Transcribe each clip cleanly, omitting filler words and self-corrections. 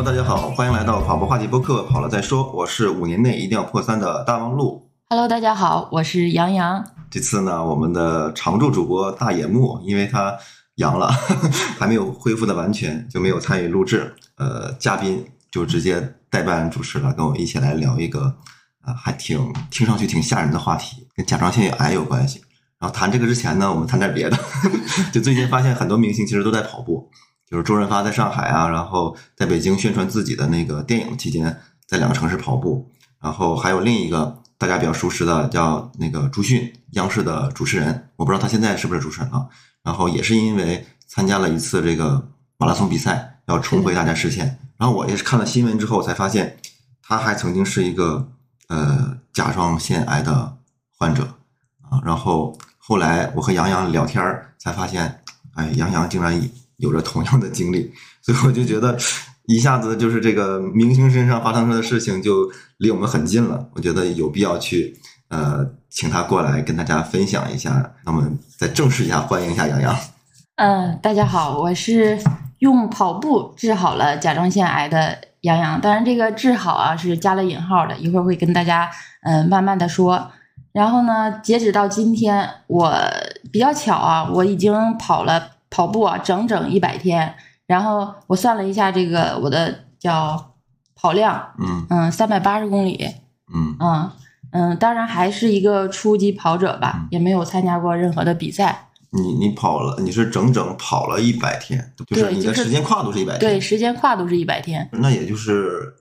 大家好，欢迎来到跑步话题播客，跑了再说。我是5年内一定要破3的大望路。 Hello， 大家好，我是杨洋。 这次呢，我们的常驻主播大野木，因为他阳了，还没有恢复的完全，就没有参与录制。嘉宾就直接代办主持了，跟我一起来聊一个还听上去挺吓人的话题，跟甲状腺癌有关系。然后谈这个之前呢，我们谈点别的。就最近发现很多明星其实都在跑步，就是周润发在上海啊，然后在北京宣传自己的那个电影期间，在2个城市跑步。然后还有另一个大家比较熟识的叫那个朱迅，央视的主持人，我不知道他现在是不是主持人啊。然后也是因为参加了一次这个马拉松比赛，要重回大家视线。然后我也是看了新闻之后才发现，他还曾经是一个甲状腺癌的患者啊。然后后来我和杨洋聊天才发现，杨洋竟然有着同样的经历，所以我就觉得一下子就是这个明星身上发生的事情就离我们很近了。我觉得有必要去请他过来跟大家分享一下。那么再正式一下欢迎一下杨洋。 大家好，我是用跑步治好了甲状腺癌的杨洋。当然这个治好啊是加了引号的，一会儿会跟大家慢慢的说。然后呢，截止到今天，我比较巧啊，我已经跑步啊整整100天。然后我算了一下这个我的叫跑量，380公里，当然还是一个初级跑者吧，也没有参加过任何的比赛。 你跑了，你是整整跑了100天，就是你的时间跨度是100天。 对，时间跨度是100天。 那也就是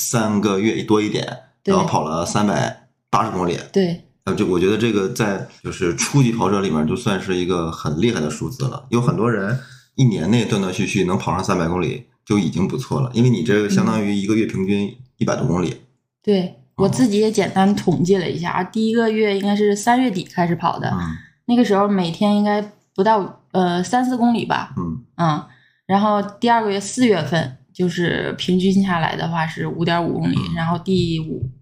3个月多一点，然后跑了380公里。 对。 就我觉得这个在就是初级跑者里面就算是一个很厉害的数字了。有很多人1年内断断续续能跑上300公里就已经不错了，因为你这个相当于1个月平均100多公里。 对，我自己也简单统计了一下，第一个月应该是3月底开始跑的，那个时候每天应该不到3-4公里吧，然后第2个月4月份就是平均下来的话是5.5公里，然后第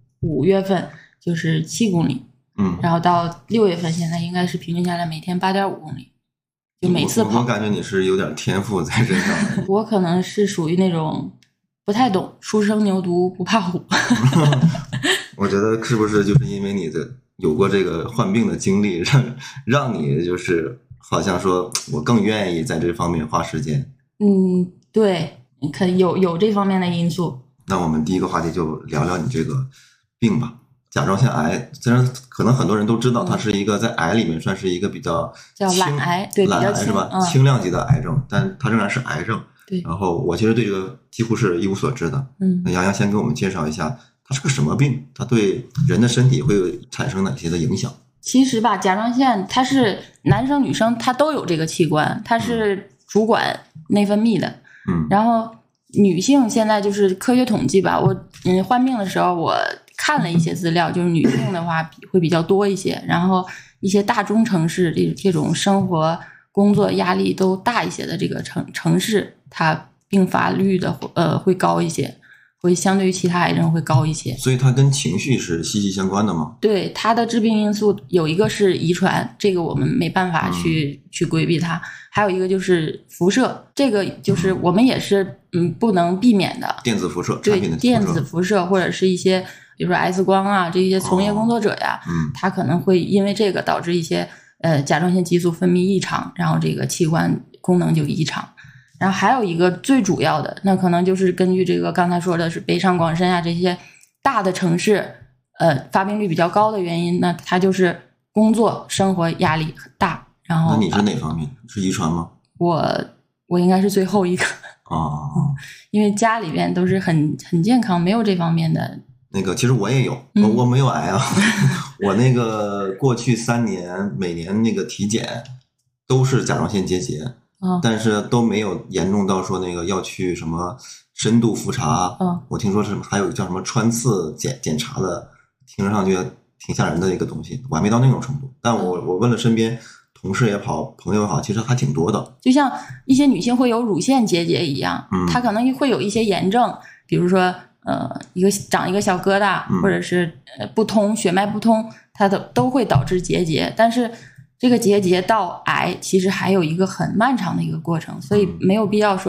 5月份就是7公里，然后到6月份现在应该是平均下来每天8.5公里，就每次跑。 我感觉你是有点天赋在身上。 我可能是属于那种不太懂初生牛犊不怕虎。 我觉得是不是就是因为你的有过这个患病的经历，让你就是好像说我更愿意在这方面花时间。 对，可有这方面的因素。 那我们第一个话题就聊聊你这个病吧。甲状腺癌虽然可能很多人都知道它是一个在癌里面算是一个比较叫懒癌，对， 懒癌是吧？轻量级的癌症，但它仍然是癌症。 对。 然后我其实对这个几乎是一无所知的。那杨洋先给我们介绍一下它是个什么病，它对人的身体会产生哪些的影响？ 其实吧，甲状腺它是男生女生它都有这个器官，它是主管内分泌的。然后女性现在就是科学统计吧，我患病的时候我看了一些资料，就是女性的话会比较多一些，然后一些大中城市这种生活工作压力都大一些的这个城市，它并发率的会高一些，会相对于其他癌症会高一些。 所以它跟情绪是息息相关的吗？ 对，它的致病因素有一个是遗传，这个我们没办法去规避它，还有一个就是辐射，这个就是我们也是不能避免的。 电子辐射， 对，电子辐射或者是一些比如说 X 光啊，这些从业工作者呀，他可能会因为这个导致一些甲状腺激素分泌异常，然后这个器官功能就异常。然后还有一个最主要的，那可能就是根据这个刚才说的是北上广深啊这些大的城市发病率比较高的原因，那它就是工作生活压力很大。然后那你是哪方面？是遗传吗？ 我应该是最后一个因为家里边都是很健康，没有这方面的。 那个其实我也有，我没有癌啊。我那个过去3年每年那个体检都是甲状腺结节，但是都没有严重到说那个要去什么深度复查。我听说是还有叫什么穿刺检查的，听上去挺吓人的一个东西，我还没到那种程度。但我问了身边同事也好，朋友也好，其实还挺多的。 就像一些女性会有乳腺结节一样，她可能会有一些炎症，比如说长一个小疙瘩，或者是不通血脉不通，它都会导致结节。但是这个结节到癌其实还有一个很漫长的一个过程，所以没有必要说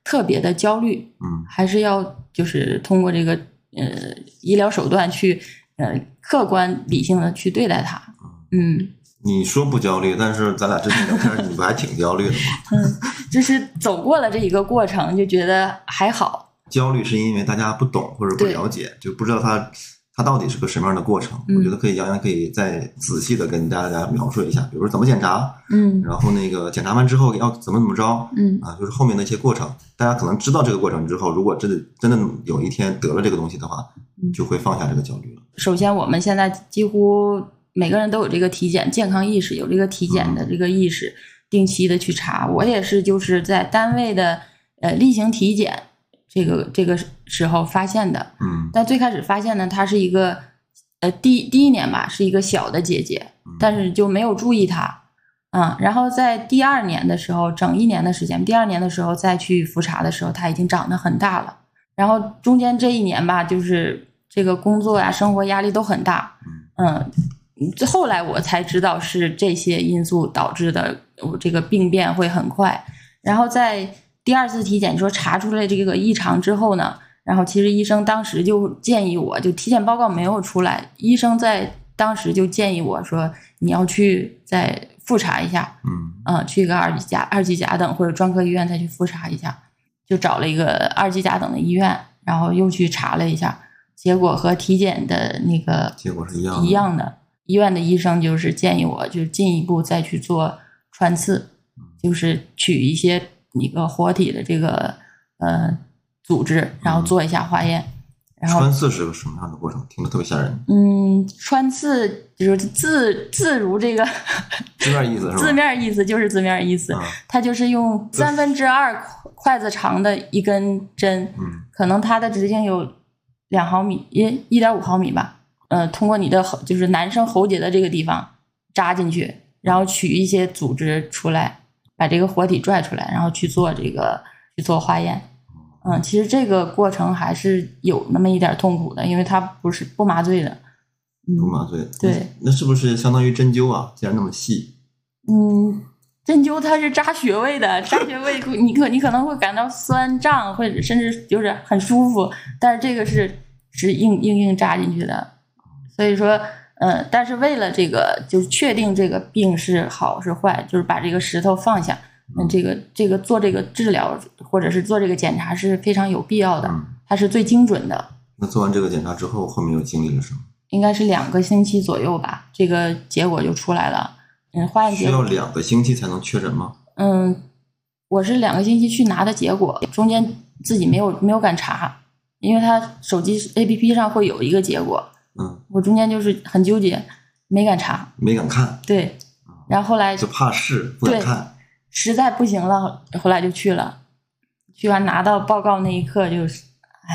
特别的焦虑，还是要就是通过这个医疗手段去客观理性的去对待它。 你说不焦虑，但是咱俩之前聊天你不还挺焦虑的吗？ 就是走过了这一个过程，就觉得还好。 焦虑是因为大家不懂或者不了解，就不知道它到底是个什么样的过程。我觉得杨洋可以再仔细的跟大家描述一下，比如说怎么检查，然后那个检查完之后要怎么着，就是后面的一些过程。大家可能知道这个过程之后，如果真的有一天得了这个东西的话，就会放下这个焦虑了。 首先我们现在几乎每个人都有这个体检健康意识，有这个体检的这个意识，定期的去查。我也是就是在单位的例行体检这个时候发现的。但最开始发现呢，她是一个第一年吧，是一个小的结节，但是就没有注意它。然后在第2年的时候，整1年的时间，第2年的时候再去复查的时候，它已经长得很大了。然后中间这1年吧，就是这个工作呀、生活压力都很大。后来我才知道是这些因素导致的，我这个病变会很快。然后在第2次体检说查出来这个异常之后呢，然后其实医生当时就建议我，就体检报告没有出来，医生在当时就建议我说你要去再复查一下，去一个二级甲等或者专科医院再去复查一下。就找了一个2级甲等的医院，然后又去查了一下，结果和体检的那个结果是一样的。医院的医生就是建议我就进一步再去做穿刺，就是取一些一个活体的这个组织，然后做一下化验。然后穿刺是个什么样的过程？听着特别吓人。 穿刺就是字如这个字面意思是吧？ 字面意思就是字面意思，它就是用2/3筷子长的一根针，可能它的直径有2毫米，1.5毫米吧。通过你的就是男生喉结的这个地方扎进去，然后取一些组织出来，把这个活体拽出来，然后去做化验。其实这个过程还是有那么一点痛苦的，因为它不麻醉的。 不麻醉。 对。 那是不是相当于针灸啊？既然那么细。 针灸它是扎穴位的，扎穴位你可能会感到酸胀，或者甚至就是很舒服，但是这个是硬扎进去的。所以说但是为了这个就是确定这个病是好是坏，就是把这个石头放下，这个做这个治疗或者是做这个检查是非常有必要的，它是最精准的。 那做完这个检查之后，后面又经历了什么？ 应该是2个星期左右吧，这个结果就出来了。化验结果需要2个星期才能确诊吗？ 我是2个星期去拿的结果，中间自己没有敢查，因为他手机 APP 上会有一个结果。我中间就是很纠结，没敢查， 没敢看。 对，然后后来就怕试，不敢看。 实在不行了，后来就去了。去完拿到报告那一刻就是，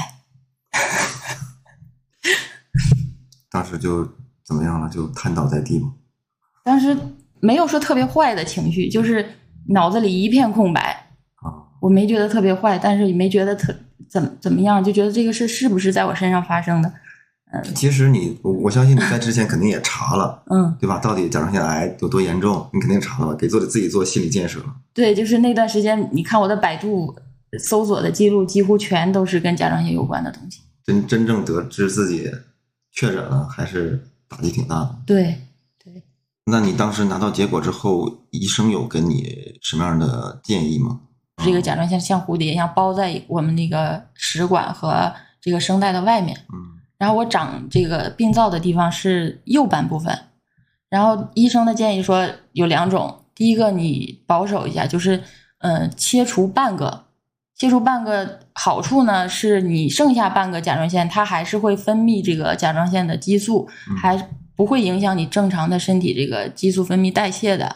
当时就怎么样了？就瘫倒在地吗？ 当时没有说特别坏的情绪，就是脑子里一片空白。我没觉得特别坏，但是也没觉得怎么样，就觉得这个事是不是在我身上发生的。 其实我相信你在之前肯定也查了，对吧？到底甲状腺癌有多严重，你肯定查了吧？给自己做心理建设了。 对，就是那段时间，你看我的百度搜索的记录，几乎全都是跟甲状腺有关的东西。 真正得知自己确诊了，还是打击挺大的。 对。 那你当时拿到结果之后，医生有给你什么样的建议吗？ 这个甲状腺像蝴蝶一样包在我们那个食管和这个声带的外面。然后我长这个病灶的地方是右半部分，然后医生的建议说有2种，第一个你保守一下，就是切除半个好处呢是你剩下半个甲状腺它还是会分泌这个甲状腺的激素，还不会影响你正常的身体这个激素分泌代谢的。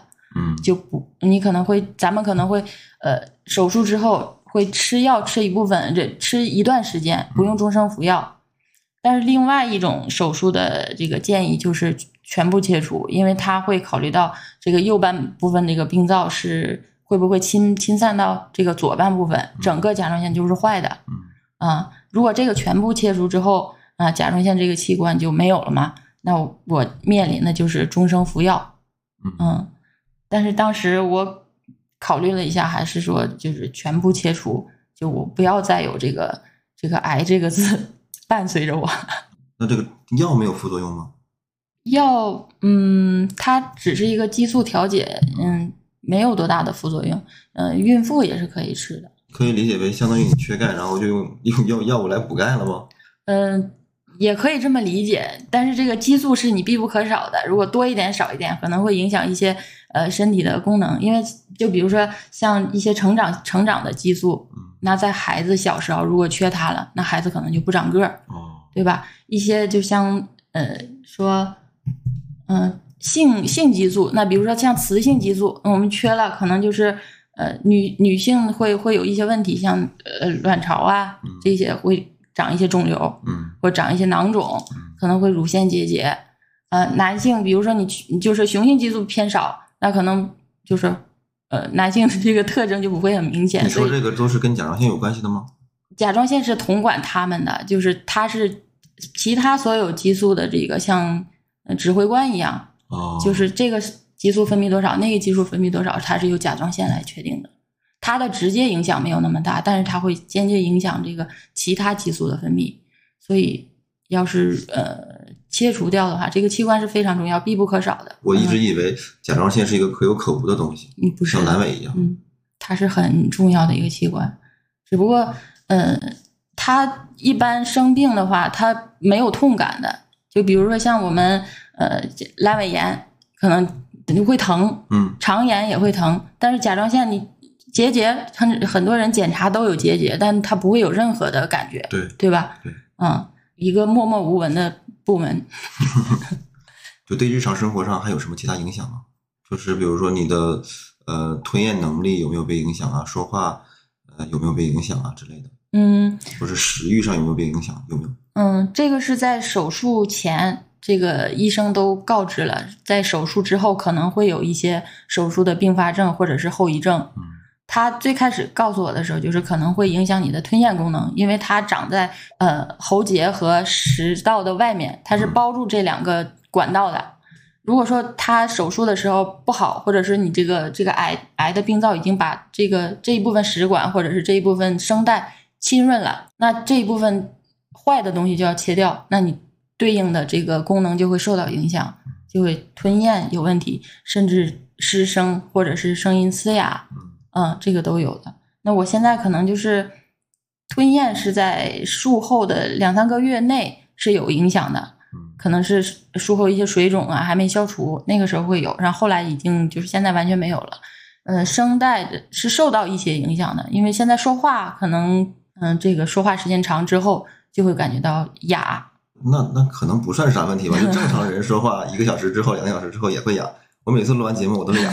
咱们可能会手术之后会吃药吃一部分，吃一段时间，不用终生服药。但是另外一种手术的这个建议就是全部切除，因为它会考虑到这个右半部分这个病灶是会不会侵散到这个左半部分，整个甲状腺就是坏的。如果这个全部切除之后甲状腺这个器官就没有了嘛，那我面临的就是终生服药。但是当时我考虑了一下，还是说就是全部切除就我不要再有这个癌这个字伴随着我。 那这个药没有副作用吗？ 药，它只是一个激素调节，没有多大的副作用。孕妇也是可以吃的。 可以理解为相当于你缺钙，然后就用药物来补钙了吗？ 也可以这么理解，但是这个激素是你必不可少的，如果多一点少一点，可能会影响一些身体的功能。因为就比如说像一些成长的激素，那在孩子小时候如果缺它了，那孩子可能就不长个儿，对吧？一些就像性激素，那比如说像雌性激素，我们缺了，可能就是女性会有一些问题，像卵巢啊这些会长一些肿瘤，或长一些囊肿，可能会乳腺结节。男性比如说你就是雄性激素偏少，那可能就是男性的这个特征就不会很明显。 你说这个都是跟甲状腺有关系的吗？ 甲状腺是统管它们的，就是它是其他所有激素的这个像指挥官一样，就是这个激素分泌多少，那个激素分泌多少，它是由甲状腺来确定的。它的直接影响没有那么大，但是它会间接影响这个其他激素的分泌。所以要是切除掉的话，这个器官是非常重要，必不可少的。 我一直以为甲状腺是一个可有可无的东西， 不是， 像阑尾一样。 它是很重要的一个器官，只不过它一般生病的话，它没有痛感的。就比如说像我们阑尾炎，可能你会疼，肠炎也会疼，但是甲状腺你结节，很多人检查都有结节，但它不会有任何的感觉，对吧？ 对， 一个默默无闻的部门。 就对日常生活上还有什么其他影响吗？就是比如说你的吞咽能力有没有被影响啊？说话有没有被影响啊之类的？或者食欲上有没有被影响？有没有？ 这个是在手术前，这个医生都告知了，在手术之后可能会有一些手术的并发症或者是后遗症。他最开始告诉我的时候，就是可能会影响你的吞咽功能，因为它长在喉结和食道的外面，它是包住这两个管道的。如果说他手术的时候不好，或者是你这个癌的病灶已经把这一部分食管或者是这一部分声带浸润了，那这一部分坏的东西就要切掉，那你对应的这个功能就会受到影响，就会吞咽有问题，甚至失声或者是声音嘶哑，这个都有的。那我现在可能就是吞咽是在术后的2-3个月内是有影响的，可能是术后一些水肿啊还没消除，那个时候会有，然后后来已经就是现在完全没有了。声带是受到一些影响的，因为现在说话可能这个说话时间长之后就会感觉到哑。 那可能不算啥问题吧？就正常人说话1个小时之后、2个小时之后也会哑。我每次录完节目我都是哑。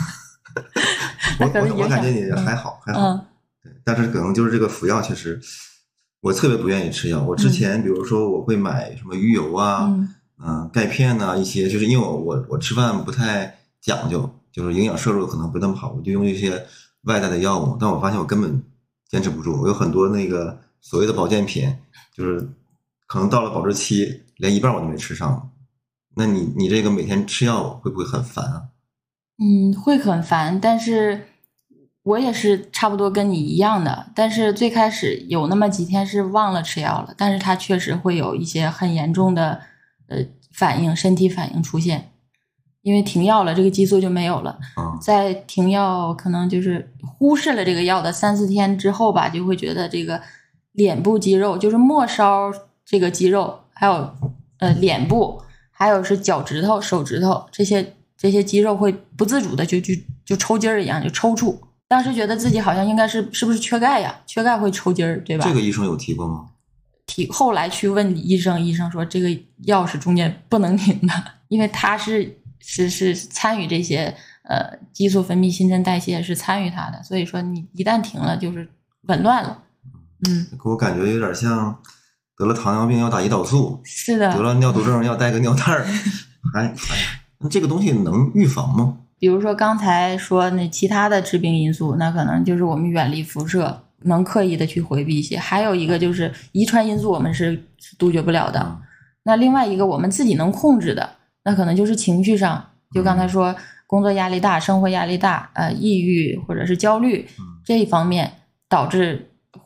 我感觉你还好，对，但是可能就是这个服药确实，我特别不愿意吃药。我之前比如说我会买什么鱼油啊，钙片啊，一些就是因为我吃饭不太讲究，就是营养摄入可能不那么好，我就用一些外在的药物，但我发现我根本坚持不住。我有很多那个所谓的保健品，就是可能到了保质期连一半我都没吃上。那你这个每天吃药会不会很烦啊？ 会很烦，但是我也是差不多跟你一样的，但是最开始有那么几天是忘了吃药了，但是它确实会有一些很严重的反应，身体反应出现，因为停药了，这个激素就没有了。在停药可能就是忽视了这个药的3-4天之后吧，就会觉得这个脸部肌肉，就是末梢这个肌肉，还有脸部，还有是脚趾头、手指头这些肌肉会不自主的就抽筋儿一样，就抽搐。当时觉得自己好像应该是不是缺钙呀？缺钙会抽筋儿，对吧？ 这个医生有提过吗？ 后来去问医生，医生说这个药是中间不能停的，因为他是参与这些激素分泌、新陈代谢是参与它的，所以说你一旦停了就是紊乱了。 给我感觉有点像得了糖尿病要打胰岛素， 是的， 得了尿毒症要带个尿袋儿，那这个东西能预防吗？ 比如说刚才说那其他的致病因素，那可能就是我们远离辐射，能刻意的去回避一些。还有一个就是遗传因素，我们是杜绝不了的。那另外一个我们自己能控制的，那可能就是情绪上，就刚才说工作压力大、生活压力大，抑郁或者是焦虑这一方面导致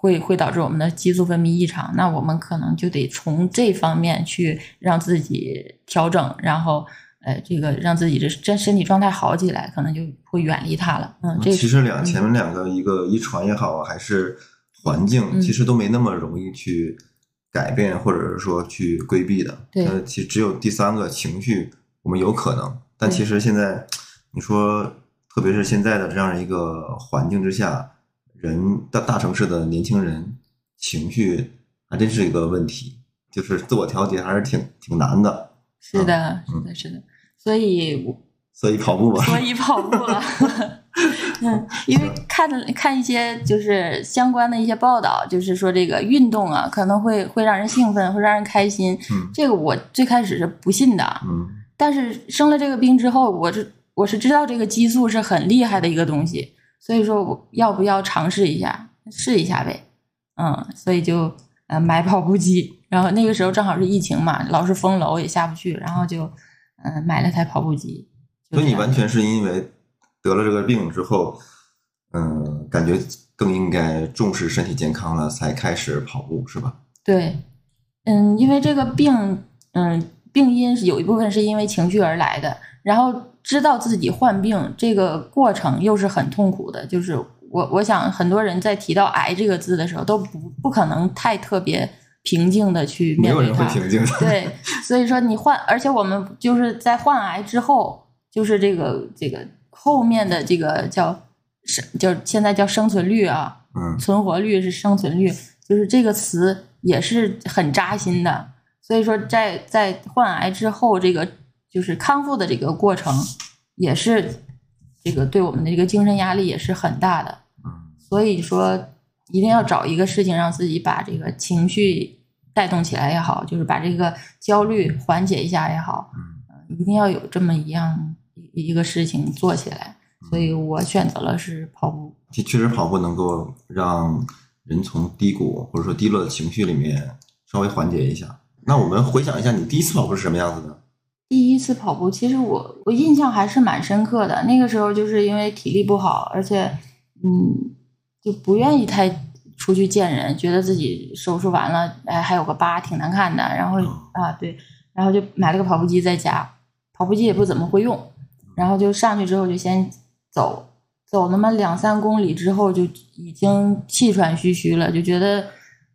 会导致我们的激素分泌异常，那我们可能就得从这方面去让自己调整，然后这个让自己的身体状态好起来，可能就会远离它了。这其实前面两个，一个遗传也好，还是环境，其实都没那么容易去改变，或者是说去规避的。 对， 其实只有第三个情绪，我们有可能。但其实现在你说，特别是现在的这样一个环境之下，大城市的年轻人情绪还真是一个问题，就是自我调节还是挺难的。 是的，是的。所以跑步吧。 所以跑步了。因为看一些就是相关的一些报道，就是说这个运动啊，可能会让人兴奋，会让人开心。这个我最开始是不信的。但是生了这个病之后，我是知道这个激素是很厉害的一个东西，所以说我要不要尝试一下，试一下呗。所以就买跑步机，然后那个时候正好是疫情嘛，老是封楼也下不去，然后就买了台跑步机。 所以你完全是因为得了这个病之后，感觉更应该重视身体健康了，才开始跑步，是吧？ 对，因为这个病，病因是有一部分是因为情绪而来的，然后知道自己患病这个过程又是很痛苦的，就是我想很多人在提到癌这个字的时候都不可能太特别平静的去面对它， 没有人会平静的。 对，所以说而且我们就是在患癌之后，就是这个后面的这个叫现在叫生存率啊，存活率是生存率，就是这个词也是很扎心的。所以说在患癌之后，这个就是康复的这个过程，也是这个对我们的这个精神压力也是很大的。所以说一定要找一个事情让自己把这个情绪带动起来也好，就是把这个焦虑缓解一下也好，一定要有这么一个事情做起来。所以我选择了是跑步。 确实跑步能够让人从低谷或者说低落的情绪里面稍微缓解一下。那我们回想一下，你第一次跑步是什么样子的？ 第一次跑步，其实我印象还是蛮深刻的。那个时候就是因为体力不好，而且就不愿意太出去见人，觉得自己手术完了，还有个疤挺难看的。然后对，然后就买了个跑步机在家，跑步机也不怎么会用，然后就上去之后就先走那么2-3公里之后，就已经气喘吁吁了，就觉得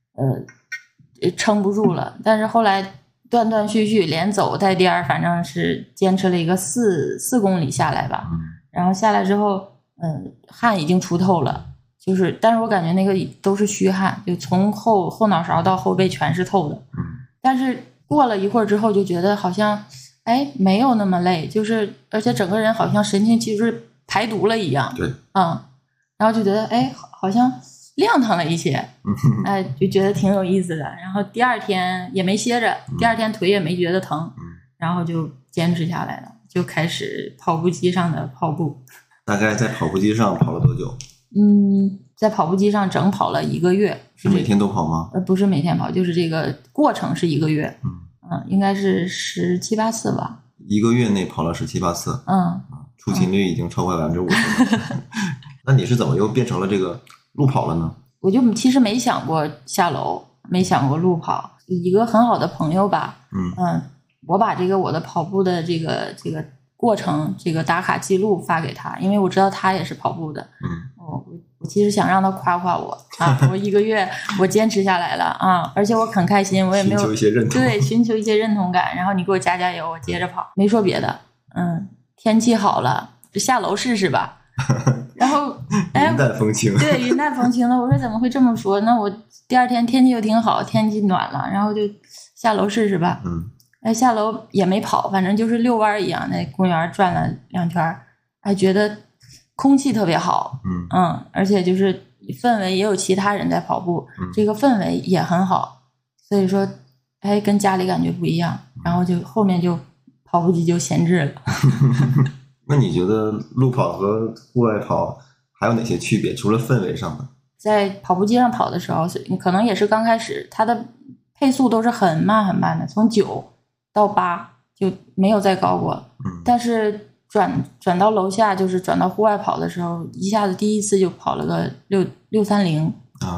撑不住了。但是后来断断续续连走带颠儿，反正是坚持了一个4公里下来吧。然后下来之后汗已经出透了，就是但是我感觉那个都是虚汗，就从后脑勺到后背全是透的。但是过了一会儿之后就觉得好像没有那么累，就是而且整个人好像神清气就是排毒了一样。 对， 然后就觉得好像亮堂了一些，就觉得挺有意思的。然后第二天也没歇着，第二天腿也没觉得疼，然后就坚持下来了，就开始跑步机上的跑步。 大概在跑步机上跑了多久？ 在跑步机上整跑了1个月。 是每天都跑吗？ 不是每天跑，就是这个过程是1个月。应该是17-18次吧。 1个月内跑了17-18次。出勤率已经超过50%了。那你是怎么又变成了这个路跑了呢？ 我就其实没想过下楼，没想过路跑。一个很好的朋友吧，我把我的跑步的这个过程，这个打卡记录发给他，因为我知道他也是跑步的。我其实想让他夸夸我我1个月我坚持下来了而且我很开心，我也没有寻求一些认同。 对，寻求一些认同感，然后你给我加油，我接着跑，没说别的。天气好了，就下楼试试吧。然后云淡风轻。 对，云淡风轻的。我说怎么会这么说？那我第二天天气又挺好，天气暖了，然后就下楼试试吧。下楼也没跑，反正就是遛弯一样，在公园转了2圈，还觉得空气特别好。而且就是氛围也有其他人在跑步，这个氛围也很好，所以说跟家里感觉不一样。然后就后面就跑步机就闲置了。 那你觉得路跑和户外跑还有哪些区别？除了氛围上的？ 在跑步机上跑的时候，你可能也是刚开始，它的配速都是很慢很慢的，从9到8就没有再高过。但是转到楼下，就是转到户外跑的时候，一下子第一次就跑了个630。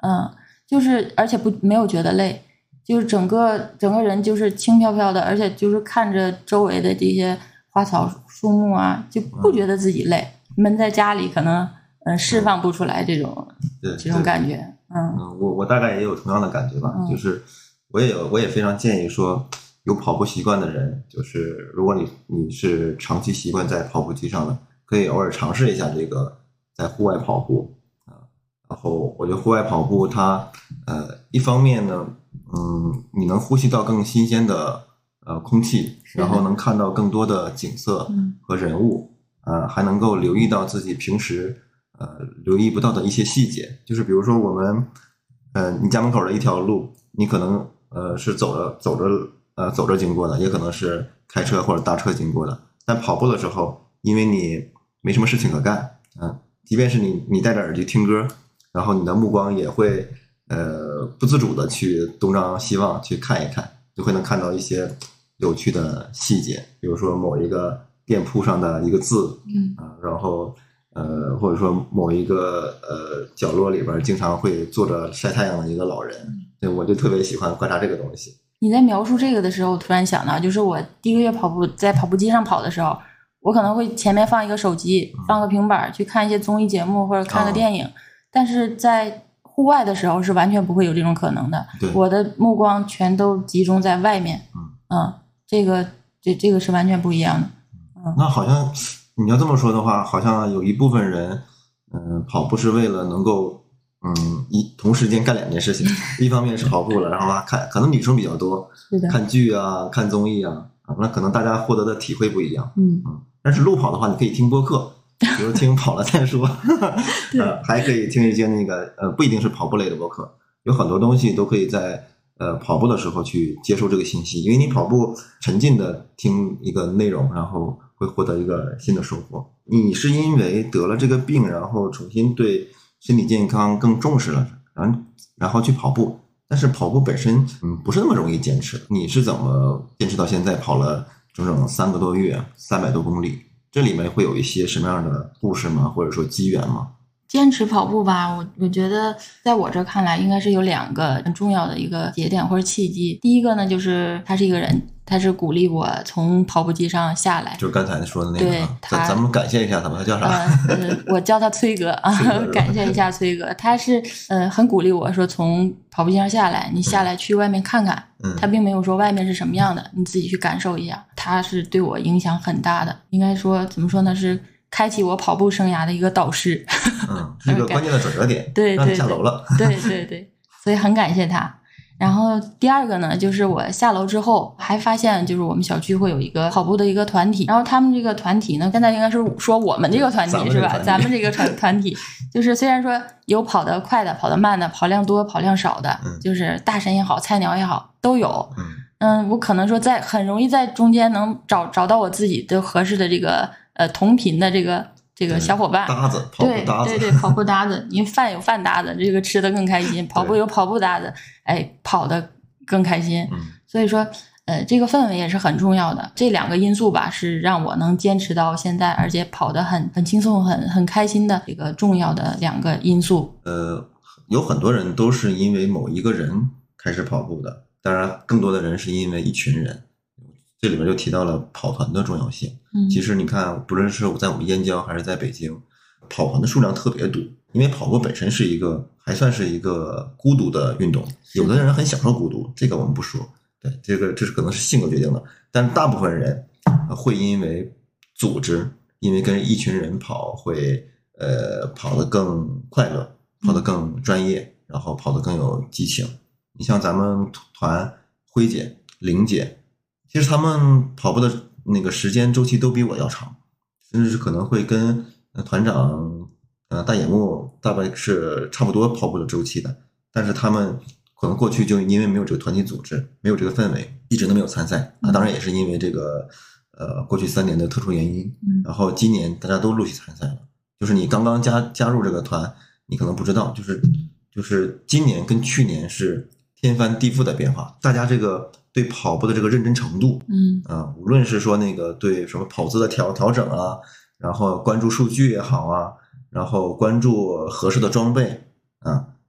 就是而且没有觉得累，就是整个人就是轻飘飘的，而且就是看着周围的这些花草树木啊，就不觉得自己累。闷在家里可能释放不出来这种感觉。 我大概也有同样的感觉吧，就是我也非常建议说，有跑步习惯的人，就是如果你是长期习惯在跑步机上的，可以偶尔尝试一下这个在户外跑步然后我觉得户外跑步它一方面呢，你能呼吸到更新鲜的空气，然后能看到更多的景色和人物，还能够留意到自己平时留意不到的一些细节。就是比如说我们你家门口的一条路，你可能是走着经过的，也可能是开车或者搭车经过的，但跑步的时候因为你没什么事情可干即便是你戴着耳机听歌，然后你的目光也会不自主的去东张西望去看一看，就会能看到一些有趣的细节，比如说某一个店铺上的一个字然后或者说某一个角落里边经常会坐着晒太阳的一个老人，对，我就特别喜欢观察这个东西。 你在描述这个的时候，突然想到，就是我第一个月跑步在跑步机上跑的时候，我可能会前面放一个手机，放个平板去看一些综艺节目或者看个电影，但是在户外的时候是完全不会有这种可能的。我的目光全都集中在外面。这个是完全不一样的。 那好像你要这么说的话，好像有一部分人跑步是为了能够同时间干两件事情一方面是跑步了，然后可能女生比较多，看剧啊看综艺那可能大家获得的体会不一样。但是路跑的话，你可以听播客，比如听跑了再说还可以听一些那个不一定是跑步类的播客，有很多东西都可以在跑步的时候去接受这个信息，因为你跑步沉浸的听一个内容，然后会获得一个新的收获。你是因为得了这个病，然后重新对身体健康更重视了，然后去跑步，但是跑步本身不是那么容易坚持。你是怎么坚持到现在跑了整整3个多月300多公里？这里面会有一些什么样的故事吗？或者说机缘吗？ 坚持跑步吧，我觉得在我这看来应该是有2个很重要的一个节点或者契机。第一个呢，就是他是一个人，他是鼓励我从跑步机上下来， 就是刚才说的那个。对，咱们感谢一下他吧，他叫啥？ 我叫他崔哥感谢一下崔哥，他是很鼓励我说从跑步机上下来，你下来去外面看看。他并没有说外面是什么样的，你自己去感受一下。他是对我影响很大的，应该说怎么说呢，是开启我跑步生涯的一个导师。 是一个关键的转折点， 对， 让你下楼了。 对，所以很感谢他。然后第二个呢，就是我下楼之后还发现，就是我们小区会有一个跑步的一个团体，然后他们这个团体呢，现在应该是说我们这个团体是吧？咱们这个团体就是虽然说有跑得快的、跑得慢的、跑量多、跑量少的，就是大神也好、菜鸟也好都有。我可能说很容易在中间能找到我自己的合适的这个同频的这个小伙伴， 搭子，跑步搭子， 对，跑步搭子，因为饭有饭搭子，这个吃的更开心；跑步有跑步搭子，跑的更开心。所以说，这个氛围也是很重要的。这2个因素吧，是让我能坚持到现在，而且跑得很轻松、很开心的这个重要的2个因素。 有很多人都是因为某一个人开始跑步的，当然，更多的人是因为一群人。这里面就提到了跑团的重要性。其实你看，不论是在我们燕郊还是在北京，跑团的数量特别多。因为跑步本身还算是一个孤独的运动，有的人很享受孤独，这个我们不说。对，这是可能是性格决定的，但是大部分人会因为组织，因为跟一群人跑，会跑得更快乐，跑得更专业，然后跑得更有激情。你像咱们团辉姐、玲姐。其实他们跑步的那个时间周期都比我要长，甚至是可能会跟团长大野木大概是差不多跑步的周期的，但是他们可能过去就因为没有这个团体组织，没有这个氛围，一直都没有参赛当然也是因为这个过去3年的特殊原因。然后今年大家都陆续参赛了，就是你刚刚加入这个团，你可能不知道，就是今年跟去年是天翻地覆的变化，大家这个对跑步的这个认真程度，无论是说那个对什么跑姿的调整啊，然后关注数据也好啊，然后关注合适的装备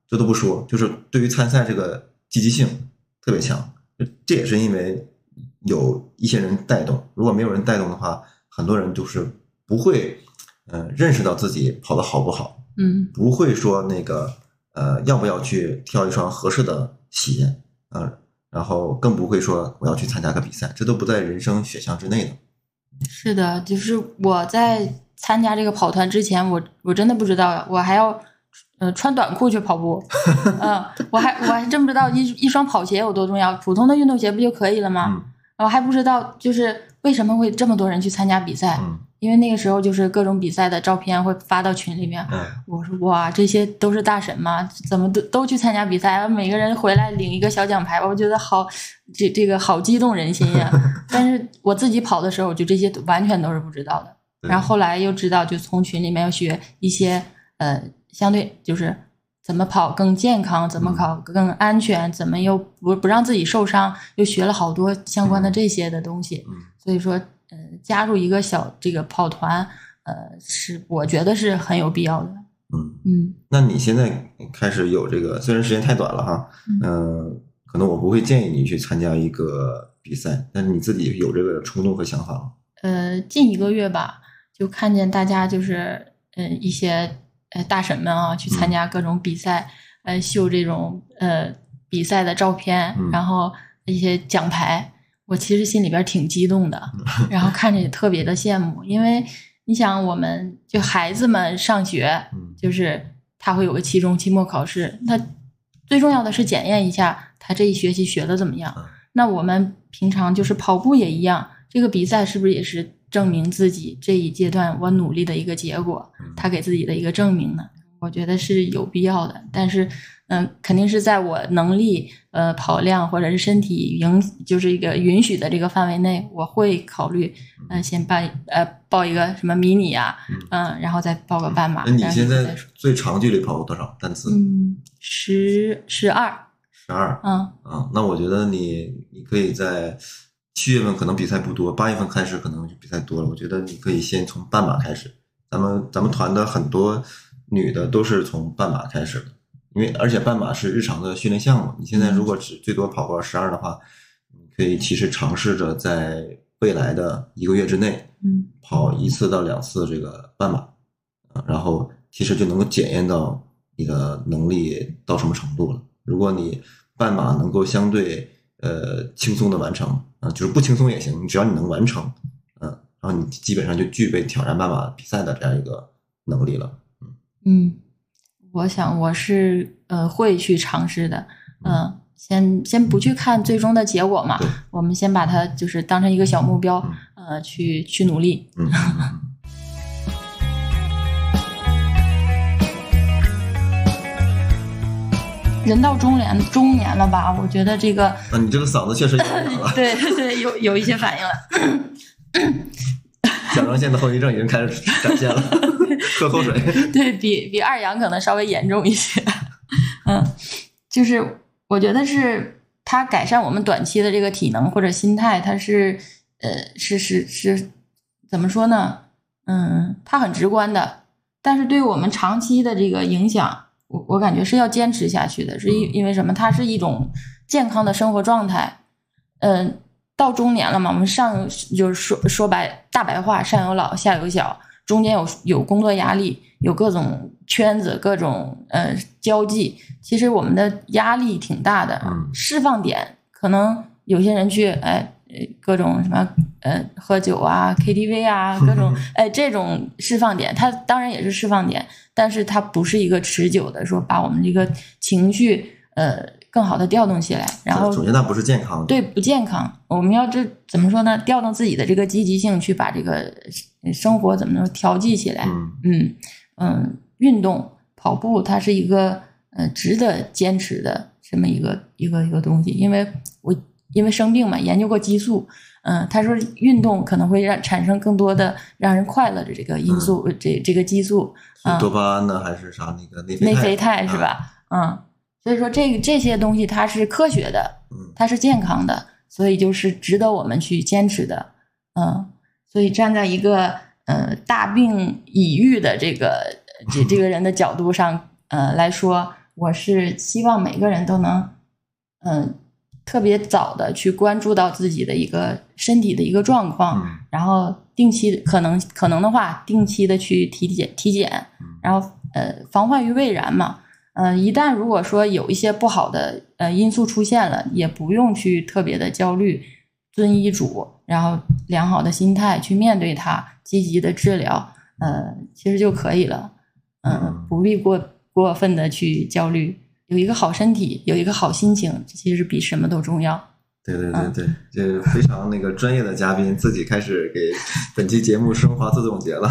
这都不说，就是对于参赛这个积极性特别强。这也是因为有一些人带动，如果没有人带动的话，很多人就是不会认识到自己跑得好不好，不会说那个要不要去挑一双合适的鞋，然后更不会说我要去参加个比赛，这都不在人生选项之内的。 是的，就是我在参加这个跑团之前，我真的不知道我还要穿短裤去跑步，我还真不知道一双跑鞋有多重要，普通的运动鞋不就可以了吗？我还不知道就是为什么会这么多人去参加比赛，因为那个时候就是各种比赛的照片会发到群里面，我说哇，这些都是大神吗？怎么都去参加比赛，每个人回来领一个小奖牌，我觉得好，这个好激动人心呀！但是我自己跑的时候，就这些完全都是不知道的。然后后来又知道，就从群里面要学一些相对就是怎么跑更健康，怎么跑更安全，怎么又不让自己受伤，又学了好多相关的这些的东西。所以说加入一个小这个跑团是我觉得是很有必要的。 那你现在开始有这个，虽然时间太短了哈，可能我不会建议你去参加一个比赛，但是你自己有这个冲动和想法吗？ 近1个月吧，就看见大家就是一些大神们啊去参加各种比赛，秀这种比赛的照片，然后一些奖牌，我其实心里边挺激动的，然后看着也特别的羡慕，因为你想我们就孩子们上学，就是他会有个期中期末考试，他最重要的是检验一下他这一学期学的怎么样。那我们平常就是跑步也一样，这个比赛是不是也是证明自己这一阶段我努力的一个结果，他给自己的一个证明呢？我觉得是有必要的，但是肯定是在我能力跑量或者是身体就是一个允许的这个范围内，我会考虑先报一个什么迷你啊，然后再报个半马。 那你现在最长距离跑过多少单次 ？12。 那我觉得你可以在7月份可能比赛不多，8月份开始可能比赛多了，我觉得你可以先从半马开始。咱们团的很多女的都是从半马开始的，因为而且半马是日常的训练项目，你现在如果最多跑过12的话，你可以其实尝试着在未来的1个月之内跑1次到2次这个半马，然后其实就能够检验到你的能力到什么程度了。如果你半马能够相对轻松的完成，就是不轻松也行，只要你能完成，然后你基本上就具备挑战半马比赛的这样一个能力了。 我想我是会去尝试的，先不去看最终的结果嘛，我们先把它就是当成一个小目标，去努力。人到中年了吧？我觉得这个你这个嗓子确实有点了。 对，有一些反应了。 甲状腺的后遗症已经开始展现了，喝口水。 对比二阳可能稍微严重一些。就是我觉得是它改善我们短期的这个体能或者心态，它是怎么说呢？它很直观的，但是对我们长期的这个影响，我感觉是要坚持下去的，是因为什么？它是一种健康的生活状态。到中年了嘛，我们就是说大白话，上有老下有小，中间有工作压力，有各种圈子，各种交际，其实我们的压力挺大的。释放点可能有些人去各种什么喝酒啊 KTV 啊各种这种释放点，它当然也是释放点，但是它不是一个持久的说把我们这个情绪更好的调动起来，然后首先它不是健康的， 对，不健康。我们要怎么说呢？调动自己的这个积极性，去把这个生活怎么能调剂起来？运动跑步它是一个值得坚持的这么一个东西，因为生病嘛，研究过激素，他说运动可能会产生更多的让人快乐的这个因素，这个激素， 多巴胺呢还是啥那个内啡肽是吧？所以说这些东西它是科学的，它是健康的，所以就是值得我们去坚持的。所以站在一个大病已愈的这个人的角度上来说， 我是希望每个人都能特别早的去关注到自己的一个身体的一个状况，然后定期可能的话定期的去体检，然后防患于未然嘛。一旦如果说有一些不好的因素出现了，也不用去特别的焦虑，遵医嘱，然后良好的心态去面对它，积极的治疗，其实就可以了。不必过分的去焦虑，有一个好身体，有一个好心情，其实比什么都重要。 对，这非常那个专业的嘉宾自己开始给本期节目升华自总结了。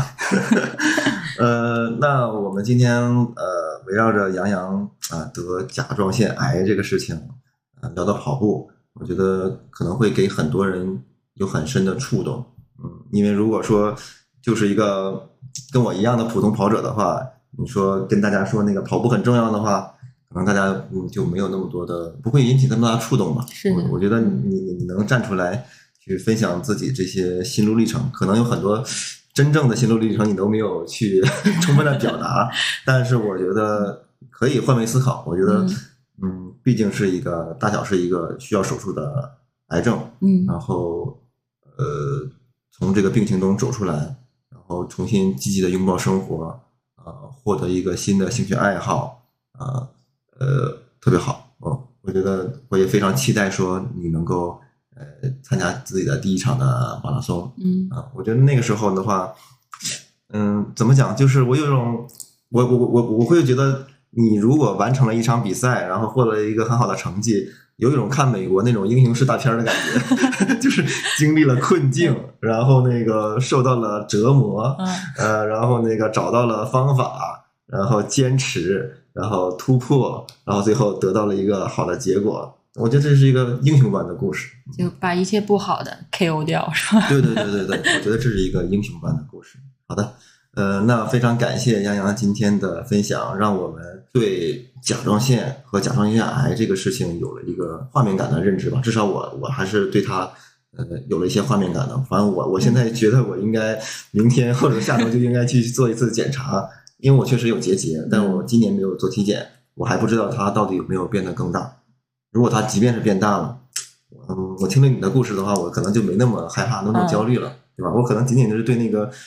那我们今天围绕着杨洋得甲状腺癌这个事情聊到跑步，我觉得可能会给很多人有很深的触动。因为如果说就是一个跟我一样的普通跑者的话，你说跟大家说那个跑步很重要的话，可能大家就没有那么多的，不会引起那么大触动吧。 是的， 我觉得你能站出来去分享自己这些心路历程，可能有很多真正的心路历程你都没有去充分的表达，但是我觉得可以换位思考。我觉得毕竟是一个大小是一个需要手术的癌症，然后从这个病情中走出来，然后重新积极的拥抱生活，获得一个新的兴趣爱好，特别好。我觉得我也非常期待说你能够参加自己的第一场的马拉松。我觉得那个时候的话，怎么讲，就是我有一种我会觉得你如果完成了一场比赛，然后获得了一个很好的成绩，有一种看美国那种英雄式大片的感觉，就是经历了困境，然后那个受到了折磨，然后那个找到了方法，然后坚持，然后突破，然后最后得到了一个好的结果。我觉得这是一个英雄般的故事， 就把一切不好的 KO 掉，是吧？ 对，我觉得这是一个英雄般的故事。好的，那非常感谢杨洋今天的分享，让我们对甲状腺和甲状腺癌这个事情有了一个画面感的认知吧。至少我还是对它有了一些画面感的。反正我现在觉得我应该明天或者下周就应该去做一次检查，因为我确实有结节，但我今年没有做体检，我还不知道它到底有没有变得更大。如果它即便是变大了，我听了你的故事的话，我可能就没那么害怕，那么焦虑了，对吧？我可能仅仅就是对那个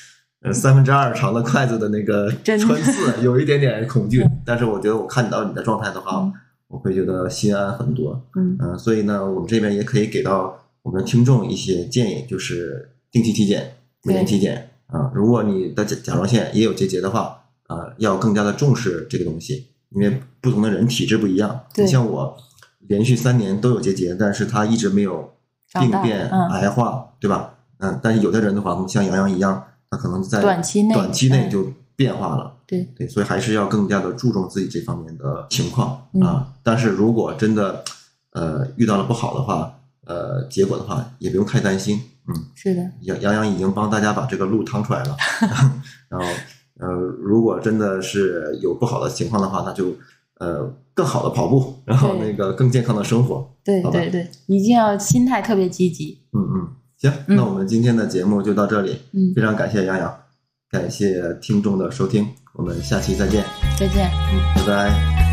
2/3长的筷子的那个穿刺有一点点恐惧，但是我觉得我看到你的状态的话，我会觉得心安很多。所以呢，我们这边也可以给到我们的听众一些建议，就是定期体检，每年体检如果你的甲状腺也有结节的话，要更加的重视这个东西，因为不同的人体质不一样。你像我连续3年都有结节，但是它一直没有病变癌化，对吧？但是有的人的话，像杨洋一样，他可能在短期内就变化了。对，所以还是要更加的注重自己这方面的情况但是如果真的遇到了不好的话，结果的话也不用太担心。 是的， 杨洋已经帮大家把这个路趟出来了。然后如果真的是有不好的情况的话，那就更好的跑步，然后那个更健康的生活。对， 一定要心态特别积极。 行，那我们今天的节目就到这里。非常感谢杨洋，感谢听众的收听，我们下期再见。 再见。 拜拜。